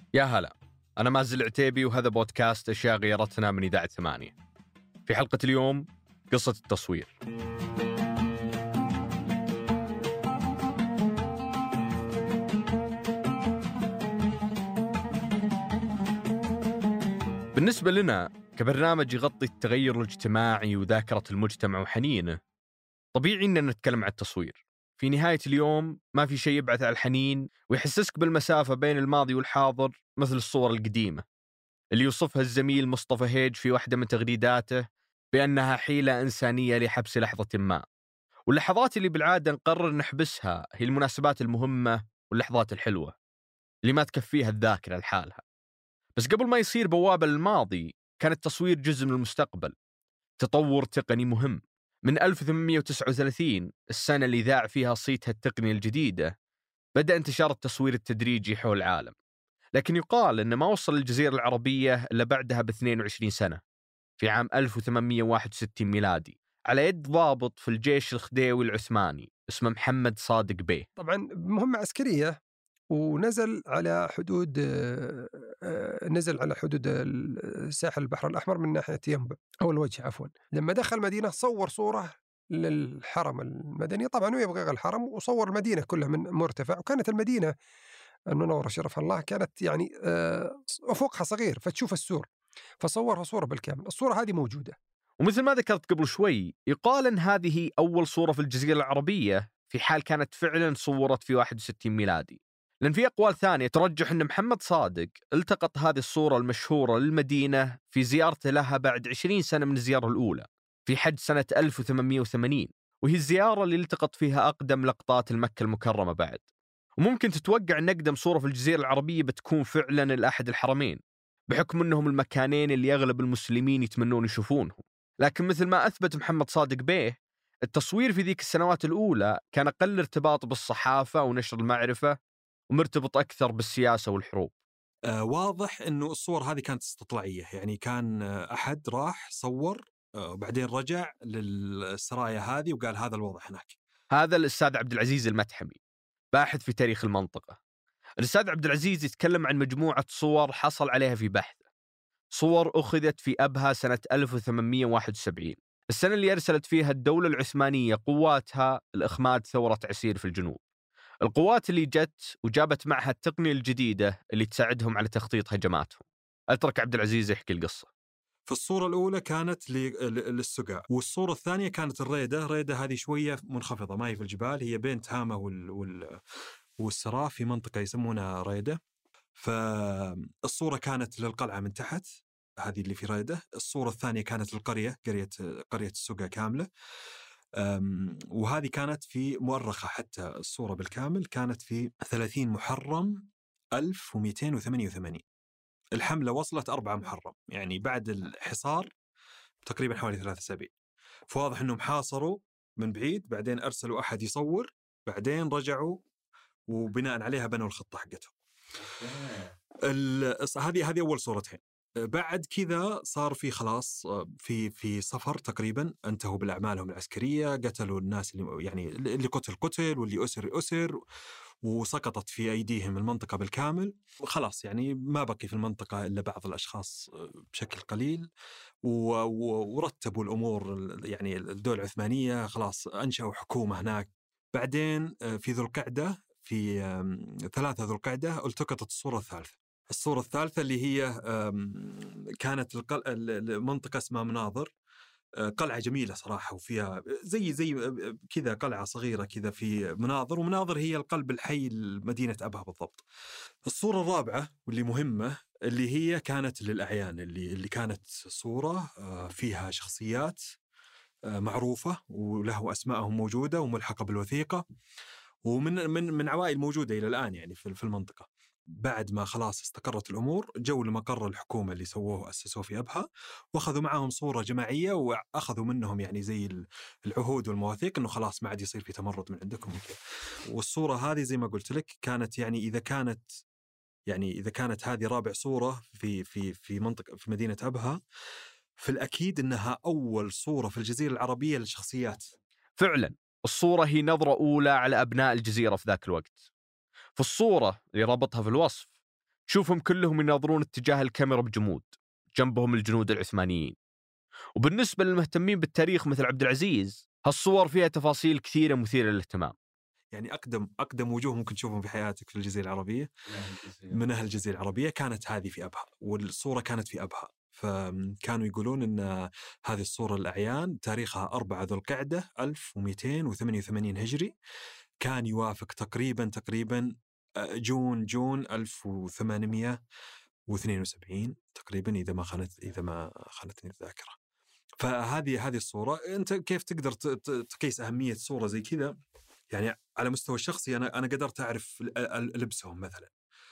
يا هلا، أنا مازل عتيبي وهذا بودكاست أشياء غيرتنا من إذاعة 8. في حلقة اليوم قصة التصوير. بالنسبة لنا كبرنامج يغطي التغير الاجتماعي وذاكرة المجتمع وحنينه، طبيعي إننا نتكلم عن التصوير. في نهاية اليوم ما في شيء يبعث على الحنين ويحسسك بالمسافة بين الماضي والحاضر مثل الصور القديمة اللي يوصفها الزميل مصطفى هيج في واحدة من تغريداته بأنها حيلة إنسانية لحبس لحظة ما. واللحظات اللي بالعادة نقرر نحبسها هي المناسبات المهمة واللحظات الحلوة اللي ما تكفيها الذاكرة لحالها. بس قبل ما يصير بوابة للماضي كان التصوير جزء من المستقبل، تطور تقني مهم. من 1839 السنة اللي ذاع فيها صيتها التقنية الجديدة بدأ انتشار التصوير التدريجي حول العالم، لكن يقال أنه ما وصل للجزيرة العربية إلا بعدها ب 22 سنة، في عام 1861 ميلادي، على يد ضابط في الجيش الخديوي العثماني اسمه محمد صادق بيه. طبعا مهمة عسكرية، ونزل على حدود ساحل البحر الأحمر من ناحية ينبع أو الوجه عفوا. لما دخل المدينة صور صورة للحرم المدني، طبعا هو يبغى الحرم، وصور المدينة كلها من مرتفع. وكانت المدينة المنورة شرفها الله كانت يعني أفقها صغير فتشوف السور، فصورها صورة بالكامل. الصورة هذه موجودة. ومثل ما ذكرت قبل شوي، يقال أن هذه أول صورة في الجزيرة العربية في حال كانت فعلا صورت في 61 ميلادي، لأن في أقوال ثانية ترجح أن محمد صادق التقط هذه الصورة المشهورة للمدينة في زيارته لها بعد 20 سنة من الزيارة الأولى في حج سنة 1880، وهي الزيارة اللي التقط فيها أقدم لقطات المكة المكرمة بعد. وممكن تتوقع أن أقدم صورة في الجزيرة العربية بتكون فعلا لأحد الحرمين، بحكم أنهم المكانين اللي أغلب المسلمين يتمنون يشوفونهم. لكن مثل ما أثبت محمد صادق بيه، التصوير في ذيك السنوات الأولى كان أقل ارتباط بالصحافة ونشر المعرفة، ومرتبط أكثر بالسياسة والحروب. واضح أنه الصور هذه كانت استطلاعية، يعني كان أحد راح صور وبعدين رجع للسرايا هذه وقال هذا الوضع هناك. هذا الأستاذ عبد العزيز المتحمي، باحث في تاريخ المنطقة. الأستاذ عبد العزيز يتكلم عن مجموعة صور حصل عليها في بحثه، صور أخذت في أبها سنة 1871، السنة اللي أرسلت فيها الدولة العثمانية قواتها لإخماد ثورة عسير في الجنوب. القوات اللي جت وجابت معها التقنية الجديدة اللي تساعدهم على تخطيط هجماتهم. أترك عبد العزيز يحكي القصة. في الصورة الأولى كانت للسقع، والصورة الثانية كانت الريدة هذه شوية منخفضة، ما هي في الجبال، هي بين تهامة والسراء في منطقة يسمونها ريدة. فالصورة كانت للقلعة من تحت، هذه اللي في ريدة. الصورة الثانية كانت للقرية، قرية السقع كاملة، وهذه كانت في مؤرخة، حتى الصورة بالكامل كانت في 30 محرم 1288. الحملة وصلت 4 محرم، يعني بعد الحصار تقريبا حوالي 3 أسابيع. فواضح أنهم حاصروا من بعيد، بعدين أرسلوا أحد يصور، بعدين رجعوا وبناء عليها بنوا الخطة حقتهم. هذه أول صورتين. بعد كذا صار في خلاص في صفر تقريبا، انتهوا بالأعمالهم العسكرية، قتلوا الناس اللي قتل واللي أسر، وسقطت في أيديهم المنطقة بالكامل. وخلاص يعني ما بقي في المنطقة إلا بعض الأشخاص بشكل قليل، ورتبوا الأمور. يعني الدولة العثمانية خلاص أنشأوا حكومة هناك. بعدين في ذو القعدة، في 3 ذو القعدة، التقطت الصورة الثالثة اللي هي كانت المنطقة اسمها مناظر، قلعة جميلة صراحة، وفيها زي كذا قلعة صغيرة كذا في مناظر، ومناظر هي القلب الحي لمدينة أبها بالضبط. الصورة الرابعة واللي مهمة اللي هي كانت للأعيان، اللي كانت صورة فيها شخصيات معروفة وله أسماءهم موجودة وملحقة بالوثيقة، ومن عوائل موجودة إلى الآن يعني في المنطقة. بعد ما خلاص استقرت الأمور، جو لمقر الحكومة اللي أسسوه في أبها، وأخذوا معهم صورة جماعية، وأخذوا منهم يعني زي العهود والمواثيق إنه خلاص ما عاد يصير في تمرد من عندكم وكذا. والصورة هذه زي ما قلت لك كانت يعني إذا كانت هذه رابع صورة في منطقة في مدينة أبها، فالأكيد إنها أول صورة في الجزيرة العربية للشخصيات. فعلا الصورة هي نظرة أولى على أبناء الجزيرة في ذاك الوقت. في الصورة اللي ربطها في الوصف شوفهم كلهم يناظرون اتجاه الكاميرا بجمود، جنبهم الجنود العثمانيين. وبالنسبة للمهتمين بالتاريخ مثل عبد العزيز، هالصور فيها تفاصيل كثيرة مثيرة للاهتمام. يعني أقدم وجوه ممكن تشوفهم في حياتك في الجزيرة العربية، من أهل الجزيرة العربية، كانت هذه في أبها، والصورة كانت في أبها. فكانوا يقولون أن هذه الصورة الأعيان تاريخها 4 ذو القعدة 1288 هجري، كان يوافق تقريبا جون 1872 تقريبا، إذا ما خانتني الذاكرة. فهذه الصورة، أنت كيف تقدر تقيس أهمية صورة زي كذا؟ يعني على مستوى الشخصي أنا قدرت أعرف لبسهم مثلا،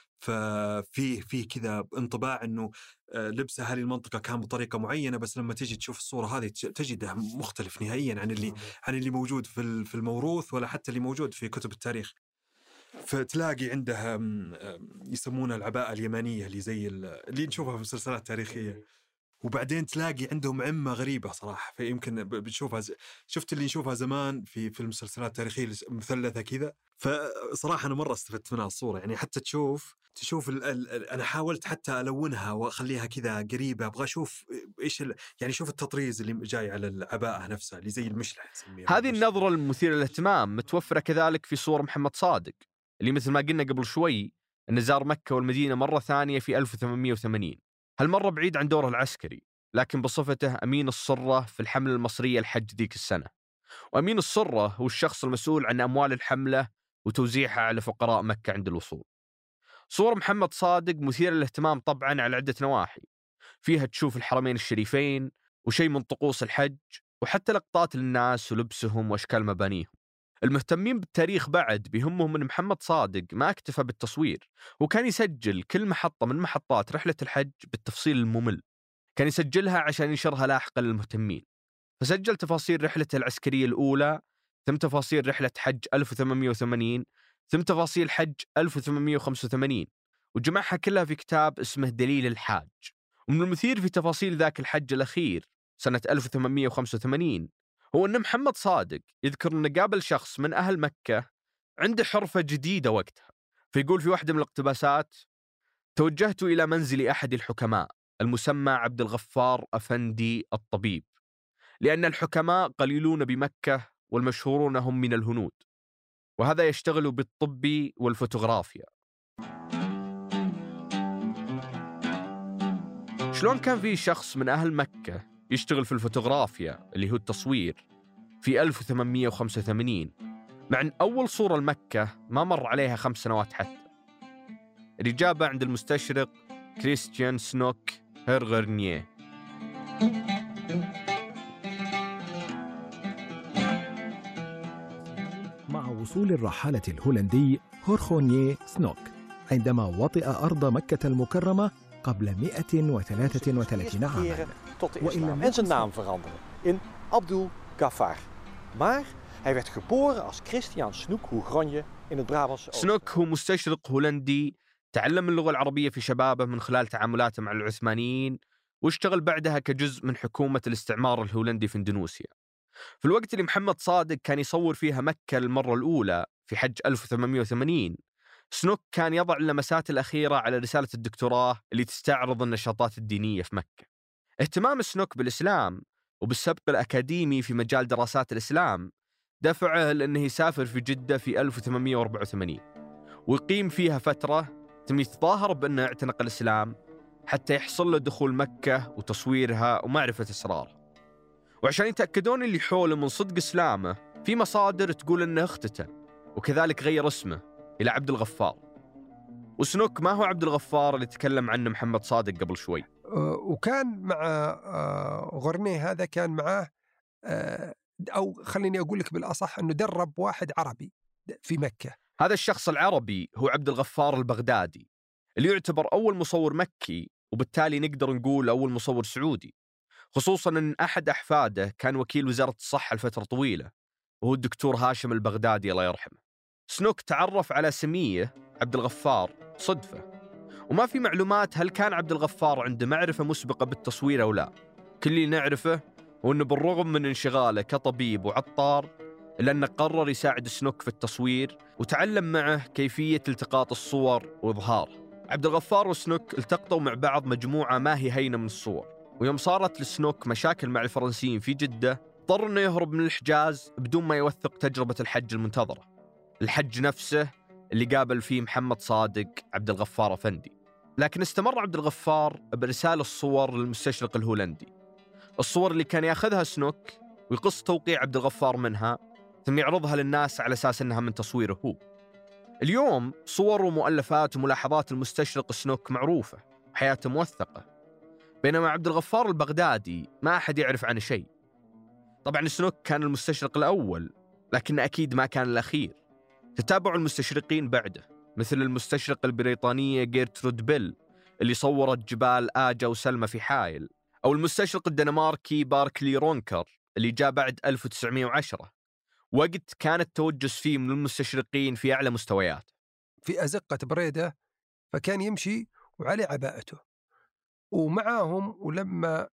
ففي كذا انطباع إنه لبس أهل المنطقة كان بطريقة معينة، بس لما تيجي تشوف الصورة هذه تجده مختلف نهائيا عن اللي موجود في الموروث، ولا حتى اللي موجود في كتب التاريخ. فتلاقي عندها يسمونها العباءة اليمانية اللي زي اللي نشوفها في مسلسلات تاريخية، وبعدين تلاقي عندهم عمة غريبة صراحة. فيمكن بتشوفها شفت اللي نشوفها زمان في المسلسلات التاريخية مثلثة كذا. فصراحة أنا مرة استفدت منها الصورة، يعني حتى تشوف أنا حاولت حتى ألونها وأخليها كذا قريبة، أبغى أشوف إيش يعني شوف التطريز اللي جاي على العباءة نفسها اللي زي المشلح نسميها. هذه النظرة المثيرة للاهتمام متوفرة كذلك في صور محمد صادق، اللي مثل ما قلنا قبل شوي أنه زار مكة والمدينة مرة ثانية في 1880، هالمرة بعيد عن دوره العسكري، لكن بصفته أمين الصرة في الحملة المصرية الحج ذيك السنة. وأمين الصرة هو الشخص المسؤول عن أموال الحملة وتوزيعها على فقراء مكة عند الوصول. صور محمد صادق مثيرة للاهتمام طبعا على عدة نواحي، فيها تشوف الحرمين الشريفين وشيء من طقوس الحج، وحتى لقطات للناس ولبسهم وأشكال مبانيهم. المهتمين بالتاريخ بعد بيهمهم أن محمد صادق ما اكتفى بالتصوير، وكان يسجل كل محطة من محطات رحلة الحج بالتفصيل الممل، كان يسجلها عشان ينشرها لاحقا للمهتمين. فسجل تفاصيل رحلته العسكرية الأولى، ثم تفاصيل رحلة حج 1880، ثم تفاصيل حج 1885، وجمعها كلها في كتاب اسمه دليل الحاج. ومن المثير في تفاصيل ذاك الحج الأخير سنة 1885 هو أن محمد صادق يذكر أنه قابل شخص من أهل مكة عنده حرفة جديدة وقتها. فيقول في واحدة من الاقتباسات: توجهت إلى منزل أحد الحكماء المسمى عبد الغفار أفندي الطبيب، لأن الحكماء قليلون بمكة والمشهورون هم من الهنود، وهذا يشتغل بالطب والفوتوغرافيا. شلون كان في شخص من أهل مكة يشتغل في الفوتوغرافيا اللي هو التصوير في 1885 مع أن أول صورة لمكة ما مر عليها 5 سنوات حتى؟ الإجابة عند المستشرق كريستيان سنوك هيرغرنيه. مع وصول الرحالة الهولندي هورخونيه سنوك عندما وطئ أرض مكة المكرمة قبل 133 عاما، en zijn naam veranderen in Abdul Ghaffar. Maar hij werd geboren als Christian Snoek Hougranje in het Brabantse Oosten. سنوك هو مستشرق هولندي تعلم اللغة العربية في شبابه من خلال تعاملاته مع العثمانيين، واشتغل بعدها كجزء من حكومة الاستعمار الهولندي في اندونيسيا. في الوقت اللي محمد صادق كان يصور فيها مكة المرة الأولى في حج 1880، سنوك كان يضع اللمسات الأخيرة على رسالة الدكتوراه اللي تستعرض النشاطات الدينية في مكة. اهتمام سنوك بالإسلام وبالسبق الأكاديمي في مجال دراسات الإسلام دفعه لأنه يسافر في جدة في 1884 ويقيم فيها فترة، ثم يتظاهر بأنه اعتنق الإسلام حتى يحصل له دخول مكة وتصويرها ومعرفة أسرارها. وعشان يتأكدون اللي حوله من صدق إسلامه، في مصادر تقول أنه اختتن وكذلك غير اسمه إلى عبد الغفار. وسنوك ما هو عبد الغفار اللي تكلم عنه محمد صادق قبل شوي. وكان مع غورنيه هذا كان معه، أو خليني أقول لك بالأصح أنه درب واحد عربي في مكة. هذا الشخص العربي هو عبد الغفار البغدادي، اللي يعتبر أول مصور مكي، وبالتالي نقدر نقول أول مصور سعودي، خصوصاً أن أحد أحفاده كان وكيل وزارة الصحة لفترة طويلة، وهو الدكتور هاشم البغدادي الله يرحمه. سنوك تعرف على سمية عبد الغفار صدفة، وما في معلومات هل كان عبد الغفار عنده معرفة مسبقة بالتصوير أو لا. كل اللي نعرفه هو أنه بالرغم من انشغاله كطبيب وعطار، إلا أنه قرر يساعد سنوك في التصوير، وتعلم معه كيفية التقاط الصور وإظهارها. عبد الغفار وسنوك التقطوا مع بعض مجموعة ما هي هينة من الصور، ويوم صارت لسنوك مشاكل مع الفرنسيين في جدة اضطر انه يهرب من الحجاز بدون ما يوثق تجربة الحج المنتظرة، الحج نفسه اللي قابل فيه محمد صادق عبد الغفار أفندي. لكن استمر عبد الغفار بإرسال الصور للمستشرق الهولندي، الصور اللي كان ياخذها سنوك ويقص توقيع عبد الغفار منها ثم يعرضها للناس على أساس أنها من تصويره هو. اليوم صور ومؤلفات وملاحظات المستشرق سنوك معروفة وحياته موثقة، بينما عبد الغفار البغدادي ما أحد يعرف عنه شيء. طبعا سنوك كان المستشرق الأول، لكن أكيد ما كان الأخير. تتابعوا المستشرقين بعده، مثل المستشرق البريطانية جيرترود بيل اللي صورت جبال آجا وسلمى في حائل، أو المستشرق الدنماركي باركلي رونكر اللي جاء بعد 1910، وقت كان التوجس فيه من المستشرقين في أعلى مستويات. في أزقة بريدة، فكان يمشي وعلى عباءته ومعاهم، ولما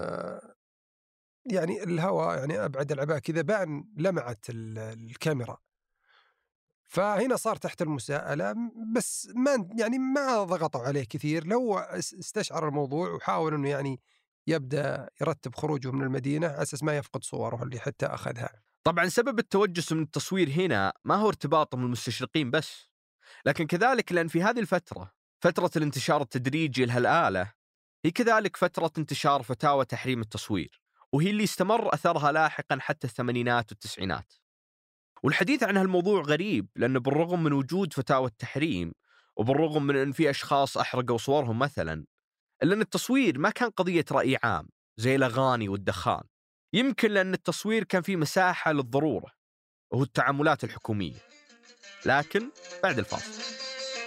يعني الهواء يعني أبعد العباءة كذا بان لمعت الكاميرا، فهنا صار تحت المساءلة، بس ما ضغطوا عليه كثير. لو استشعر الموضوع وحاول أنه يعني يبدأ يرتب خروجه من المدينة على أساس ما يفقد صوره اللي حتى أخذها. طبعا سبب التوجس من التصوير هنا ما هو ارتباطهم المستشرقين بس، لكن كذلك لأن في هذه الفترة، فترة الانتشار التدريجي لهالآلة، هي كذلك فترة انتشار فتاوى تحريم التصوير، وهي اللي استمر أثرها لاحقا حتى الثمانينات والتسعينات. والحديث عن هالموضوع غريب، لأنه بالرغم من وجود فتاوى التحريم وبالرغم من أن في أشخاص أحرقوا صورهم مثلا، إلا أن التصوير ما كان قضية رأي عام زي الأغاني والدخان. يمكن لأن التصوير كان فيه مساحة للضرورة وهو التعاملات الحكومية. لكن بعد الفاصل.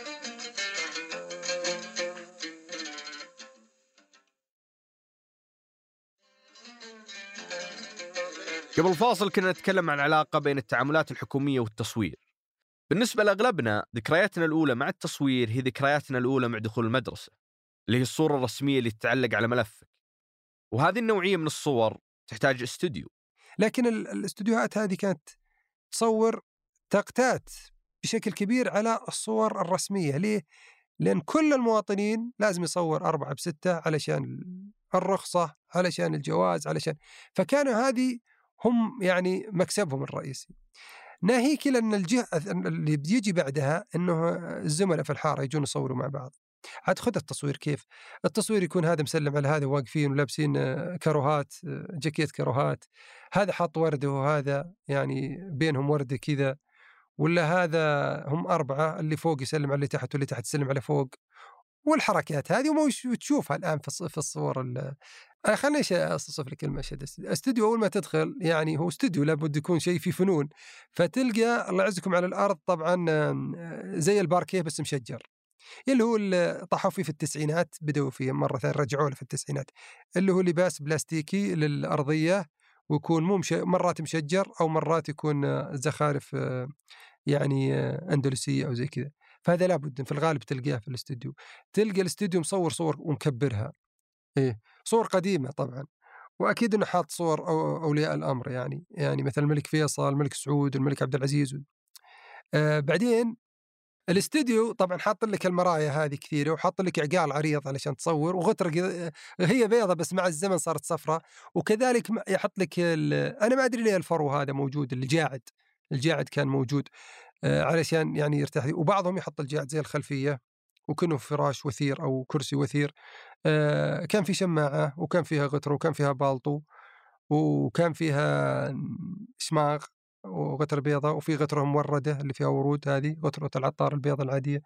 قبل الفاصل كنا نتكلم عن العلاقة بين التعاملات الحكومية والتصوير. بالنسبة لأغلبنا ذكرياتنا الأولى مع التصوير هي ذكرياتنا الأولى مع دخول المدرسة، اللي هي الصورة الرسمية اللي تتعلق على ملفك، وهذه النوعية من الصور تحتاج استوديو. لكن الاستوديوهات هذه كانت تصور تقطات بشكل كبير على الصور الرسمية. ليه؟ لأن كل المواطنين لازم يصور 4:6 علشان الرخصة، علشان الجواز، علشان، فكانوا هذه هم يعني مكسبهم الرئيسي. ناهيك لأن الجهة اللي بيجي بعدها أنه الزملاء في الحارة يجون يصوروا مع بعض. عاد خذ التصوير كيف؟ التصوير يكون هذا مسلم على هذا واقفين ولابسين كاروهات، جاكيت كاروهات، هذا حاط وردة وهذا يعني بينهم وردة كذا، ولا هذا هم 4 اللي فوق يسلم على اللي تحت واللي تحت يسلم على فوق، والحركات هذه وما تشوفها الآن في الصور. خليني أصف لك المشهد. استوديو أول ما تدخل يعني هو استوديو لابد يكون شيء في فنون، فتلقى الله يعزكم على الأرض طبعا زي الباركيه بس مشجر، اللي هو اللي طاحوا فيه في التسعينات، بدأوا فيه مرة ثانية رجعوا له في التسعينات، اللي هو لباس بلاستيكي للأرضية، ويكون مو مرات مشجر أو مرات يكون زخارف يعني أندلسية أو زي كذا. فهذا لابد في الغالب تلقاه في الاستوديو. تلقى الاستوديو مصور صور ومكبرها، إيه صور قديمة طبعا، وأكيد إنه حاط صور أولياء الأمر، يعني مثل الملك فيصل، الملك سعود، الملك عبد العزيز. بعدين الاستوديو طبعا حاط لك المرايا هذه كثيرة، وحاط لك عقال عريض علشان تصور، وغترة هي بيضة بس مع الزمن صارت صفراء، وكذلك يحط لك أنا ما أدري ليه الفرو هذا موجود، الجاعد كان موجود علشان يعني يرتاح، وبعضهم يحط الجاعد زي الخلفية وكأنه فراش وثير أو كرسي وثير. كان في شماعة وكان فيها غترة وكان فيها بالطو وكان فيها شماغ وغترة بيضة، وفي غترة موردة اللي فيها ورود، هذه غترة العطار البيضة العادية.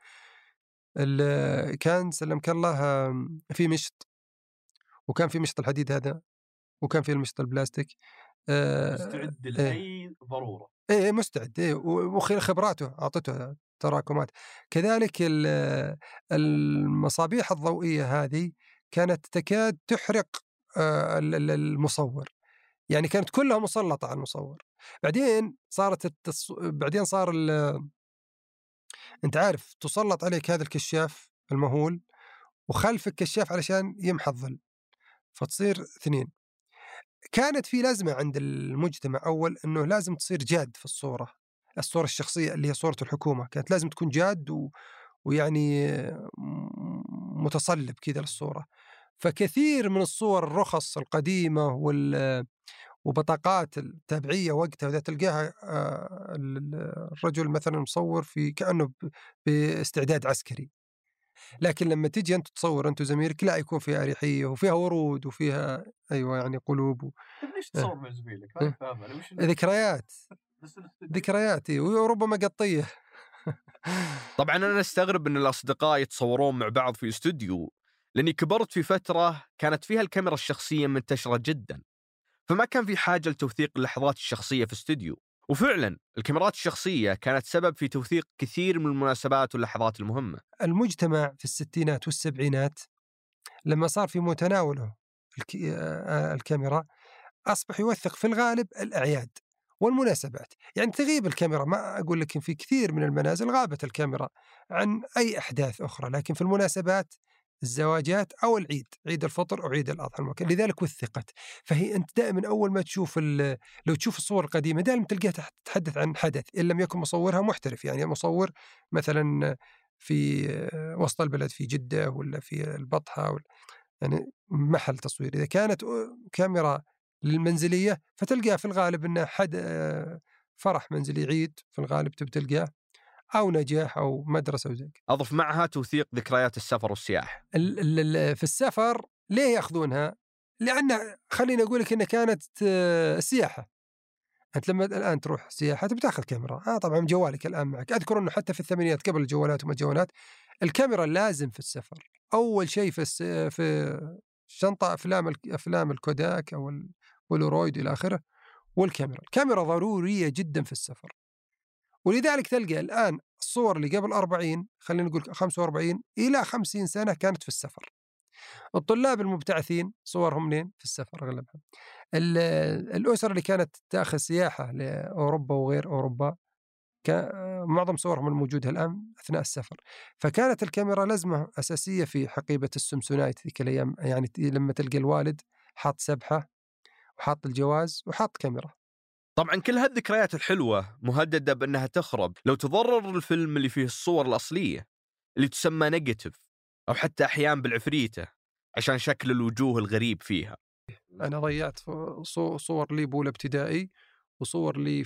كان سلمك الله في مشط، وكان في مشط الحديد هذا، وكان في المشط البلاستيك. مستعد لأي ضرورة. إيه مستعد، إيه وخبراته أعطته تراكمات. كذلك المصابيح الضوئية هذه كانت تكاد تحرق المصور، يعني كانت كلها مسلطة على المصور. بعدين بعدين صار أنت عارف تسلط عليك هذا الكشاف المهول، وخلفك كشاف علشان يمحى الظل، فتصير 2. كانت في لازمة عند المجتمع أول أنه لازم تصير جاد في الصورة الشخصية اللي هي صورة الحكومة، كانت لازم تكون جاد ويعني متصلب كذا للصورة. فكثير من الصور الرخص القديمة وبطاقات التابعية وقتها وذا تلقاها الرجل مثلا مصور في كأنه باستعداد عسكري، لكن لما تجي أنت تصور أنت وزميلك لا، يكون فيها أريحية وفيها ورود وفيها أيوة يعني قلوب ليش تصور مع زميلك؟ ما فاهم أنا وش ذكريات وربما قطية. طبعا أنا أستغرب أن الأصدقاء يتصورون مع بعض في استوديو، لأني كبرت في فترة كانت فيها الكاميرا الشخصية منتشرة جدا، فما كان في حاجة لتوثيق اللحظات الشخصية في استوديو. وفعلا الكاميرات الشخصية كانت سبب في توثيق كثير من المناسبات واللحظات المهمة. المجتمع في الستينات والسبعينات لما صار في متناوله الكاميرا أصبح يوثق في الغالب الأعياد والمناسبات. يعني تغيب الكاميرا، ما أقول لك في كثير من المنازل غابت الكاميرا عن أي أحداث أخرى، لكن في المناسبات الزواجات أو العيد، عيد الفطر أو عيد الأضحى لذلك وثقت. فهي أنت دائما أول ما تشوف لو تشوف الصور القديمة دائما تلقاها تتحدث عن حدث إن لم يكن مصورها محترف، يعني مصور مثلا في وسط البلد في جدة ولا في البطحة يعني محل تصوير. إذا كانت كاميرا للمنزلية فتلقى في الغالب أنه فرح منزلي عيد في الغالب تلقاه، أو نجاح أو مدرسة وزي كذا. أضف معها توثيق ذكريات السفر والسياحة. في السفر ليه يأخذونها؟ لأن خليني أقول لك أنها كانت السياحة. أنت لما الآن تروح سياحة بتاخذ كاميرا، طبعا جوالك الآن معك. أذكر أنه حتى في الثمانينات قبل الجوالات وما الجوالات الكاميرا لازم في السفر. أول شيء في شنطة أفلام الكوداك أو البولورويد إلى آخره، الكاميرا ضرورية جدا في السفر. ولذلك تلقى الآن الصور اللي قبل 40 خلينا نقول 45 إلى 50 سنة كانت في السفر. الطلاب المبتعثين صورهم منين؟ في السفر أغلبها. الأسر اللي كانت تأخذ سياحة لأوروبا وغير أوروبا معظم صورهم الموجودة الآن أثناء السفر. فكانت الكاميرا لازمة أساسية في حقيبة السمسونايت ذيك الأيام، يعني لما تلقى الوالد حاط سبحة وحاط الجواز وحاط كاميرا. طبعا كل هالذكريات الحلوة مهددة بأنها تخرب لو تضرر الفيلم اللي فيه الصور الأصلية اللي تسمى نيجاتيف، أو حتى أحيان بالعفريتة عشان شكل الوجوه الغريب فيها. أنا ضيعت صور لي بأولى ابتدائي وصور لي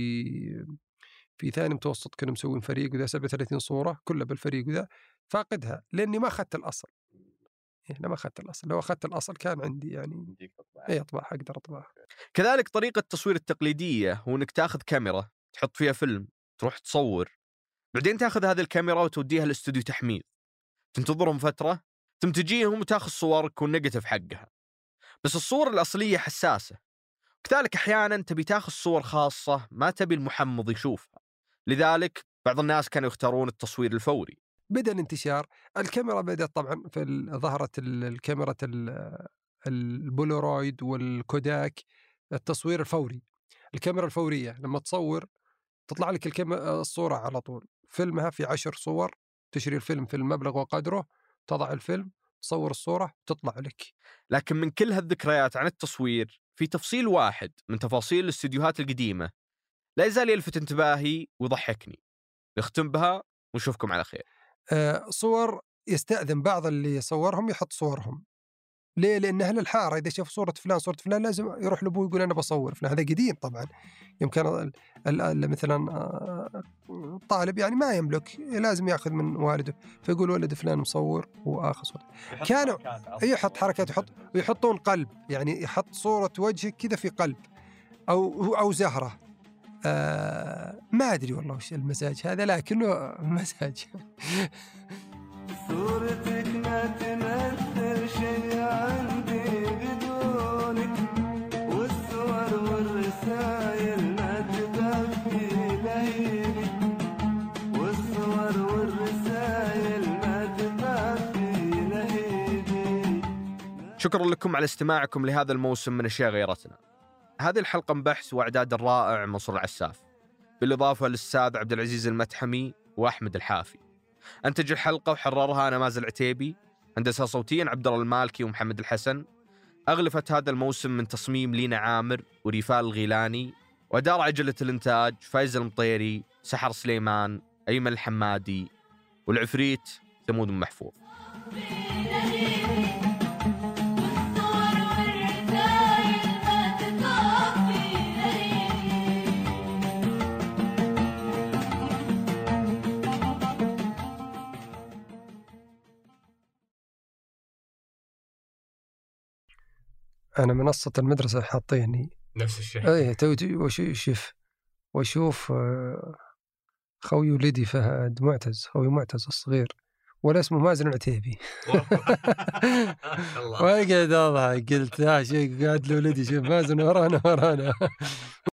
في ثاني متوسط، كنا مسوين فريق وذا 37 صورة كلها بالفريق وذا، فاقدها لأني ما أخذت الأصل. ما أخذت الأصل، لو أخذت الأصل كان عندي يعني أطبع أقدر أطبعها. كذلك طريقة التصوير التقليدية هو أنك تأخذ كاميرا تحط فيها فيلم، تروح تصور، بعدين تأخذ هذه الكاميرا وتوديها لاستوديو تحميل، تنتظرهم فترة، ثم تجيهم وتأخذ صورك والنيجاتيف حقها. بس الصور الأصلية حساسة، كذلك أحيانا تبي تأخذ صور خاصة ما تبي المحمض يشوفها، لذلك بعض الناس كانوا يختارون التصوير الفوري. بدأ الانتشار الكاميرا، بدأت طبعا ظهرت الكاميرا البولورويد والكوداك، التصوير الفوري، الكاميرا الفورية لما تصور تطلع لك الصورة على طول، فيلمها في 10 صور، تشري الفيلم في المبلغ وقدره، تضع الفيلم، تصور الصورة، تطلع لك. لكن من كل هالذكريات عن التصوير في تفصيل واحد من تفاصيل الاستديوهات القديمة لا يزال يلفت انتباهي ويضحكني، نختم بها ونشوفكم على خير. صور يستأذن بعض اللي يصورهم يحط صورهم. ليه؟ لأن أهل الحارة إذا شاف صورة فلان لازم يروح لأبوه يقول أنا بصور فلان. هذا قديم طبعا، يمكن مثلا طالب يعني ما يملك، لازم يأخذ من والده، فيقول ولد فلان مصور وآخذ صورة. كانوا يحط حركات، ويحطون قلب، يعني يحط صورة وجهك كذا في قلب أو زهرة. ما أدري والله وش المزاج هذا، لكنه مزاج. صورتك ما تمثل شيء عندي بدونك، والصور والرسائل ما تكفي لهيبي، والصور والرسائل ما تكفي لهيبي. شكرا لكم على استماعكم لهذا الموسم من أشياء غيرتنا. هذه الحلقة من بحث وإعداد الرائع منصور العساف، بالإضافة للأستاذ عبد العزيز المتحمي وأحمد الحافي. أنتج الحلقة وحررها أنا مازل عتيبي، هندسة صوتيا عبد الله المالكي ومحمد الحسن. أغلفت هذا الموسم من تصميم لينا عامر وريفال الغيلاني، وأدار عجلة الإنتاج فايز المطيري، سحر سليمان، أيمن الحمادي والعفريت ثمود محفوظ. أنا منصة المدرسة حاطيني نفس الشيء. أيه توجي وشوف خوي ولدي فهد معتز، خوي معتز الصغير، ولا اسمه مازن العتيبي. وقعد أضحك قلت شيء قاعد لولدي شوف مازن ورانا